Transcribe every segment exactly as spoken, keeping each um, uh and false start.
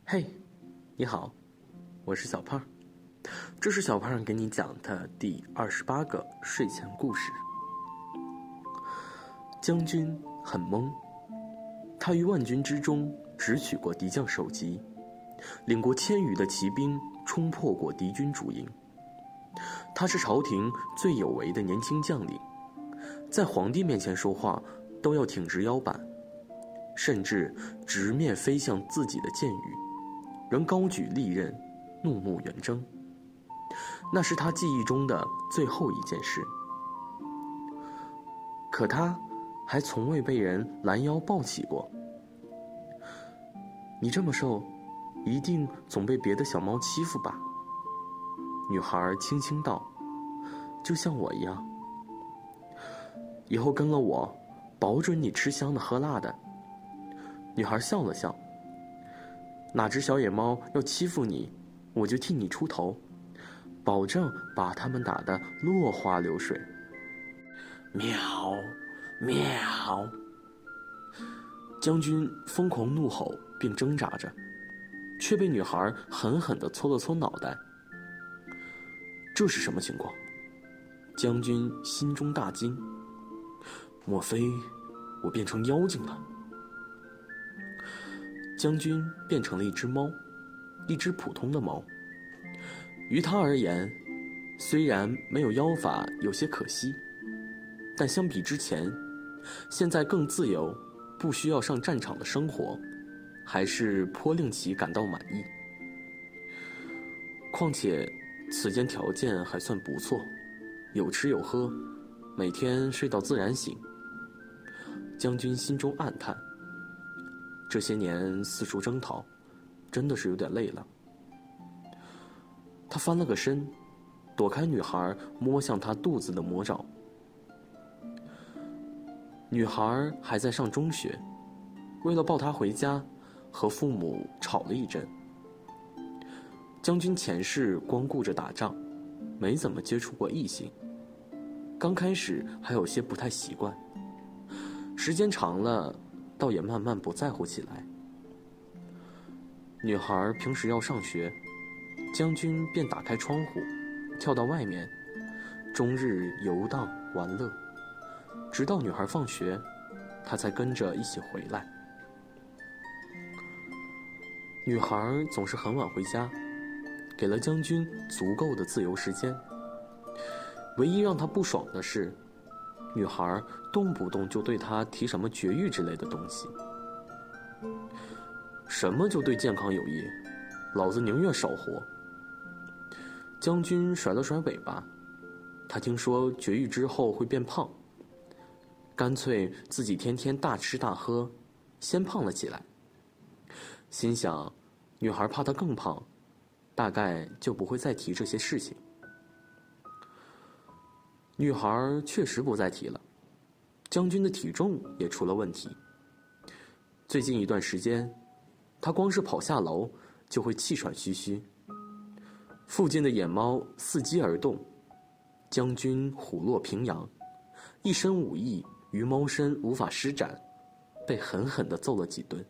嘿，你好，我是小胖，这是小胖给你讲的第二十八个睡前故事。将军很懵，他于万军之中只取过敌将首级，领过千余的骑兵，冲破过敌军主营。他是朝廷最有为的年轻将领，在皇帝面前说话都要挺直腰板，甚至直面飞向自己的箭雨，仍高举利刃，怒目圆睁。那是他记忆中的最后一件事。可他还从未被人拦腰抱起过。你这么瘦，一定总被别的小猫欺负吧？女孩轻轻道，就像我一样。以后跟了我，保准你吃香的喝辣的。女孩笑了笑，哪只小野猫要欺负你，我就替你出头，保证把它们打得落花流水。喵喵！将军疯狂怒吼并挣扎着，却被女孩狠狠地搓了搓脑袋。这是什么情况？将军心中大惊，莫非我变成妖精了？将军变成了一只猫，一只普通的猫。于他而言，虽然没有妖法有些可惜，但相比之前，现在更自由，不需要上战场的生活，还是颇令其感到满意。况且此间条件还算不错，有吃有喝，每天睡到自然醒。将军心中暗叹，这些年四处征讨，真的是有点累了。他翻了个身，躲开女孩摸向他肚子的魔爪。女孩还在上中学，为了抱她回家，和父母吵了一阵。将军前世光顾着打仗，没怎么接触过异性，刚开始还有些不太习惯，时间长了倒也慢慢不在乎起来。女孩平时要上学，将军便打开窗户，跳到外面，终日游荡玩乐，直到女孩放学，他才跟着一起回来。女孩总是很晚回家，给了将军足够的自由时间。唯一让他不爽的是，女孩动不动就对他提什么绝育之类的东西。什么就对健康有益？老子宁愿少活。将军甩了甩尾巴，他听说绝育之后会变胖，干脆自己天天大吃大喝，先胖了起来。心想，女孩怕他更胖，大概就不会再提这些事情。女孩确实不再提了，将军的体重也出了问题。最近一段时间，他光是跑下楼就会气喘吁吁。附近的野猫伺机而动，将军虎落平阳，一身武艺于猫身无法施展，被狠狠地揍了几顿。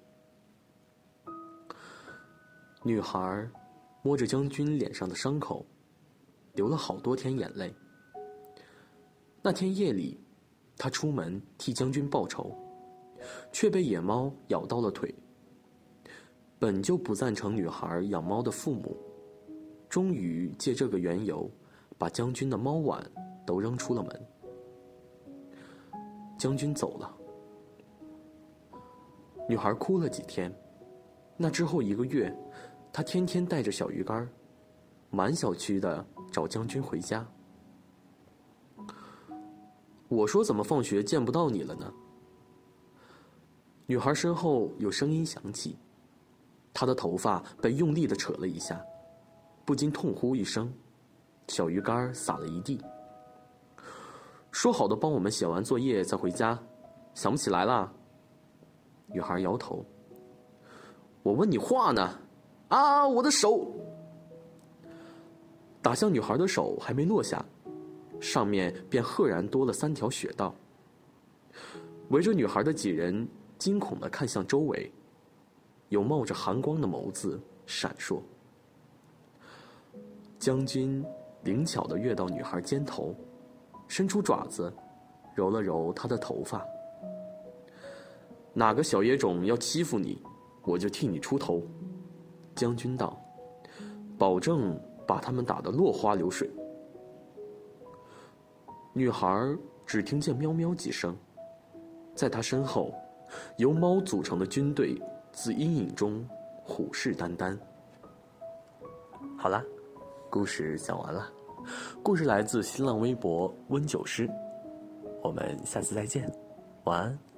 女孩摸着将军脸上的伤口，流了好多天眼泪。那天夜里，她出门替将军报仇，却被野猫咬到了腿。本就不赞成女孩养猫的父母，终于借这个缘由，把将军的猫碗都扔出了门。将军走了。女孩哭了几天，那之后一个月，她天天带着小鱼干，满小区的找将军回家。我说怎么放学见不到你了呢？女孩身后有声音响起，她的头发被用力地扯了一下，不禁痛呼一声，小鱼干洒了一地。说好的帮我们写完作业再回家，想不起来啦？女孩摇头。我问你话呢！啊，我的手！打向女孩的手还没落下，上面便赫然多了三条血道。围着女孩的几人惊恐地看向周围， 有冒着寒光的眸子闪烁。将军灵巧地跃到女孩肩头，伸出爪子揉了揉她的头发。哪个小野种要欺负你，我就替你出头。将军道，保证把他们打得落花流水。女孩只听见喵喵几声，在她身后，由猫组成的军队自阴影中虎视眈眈。好啦，故事讲完了。故事来自新浪微博温酒师，我们下次再见，晚安。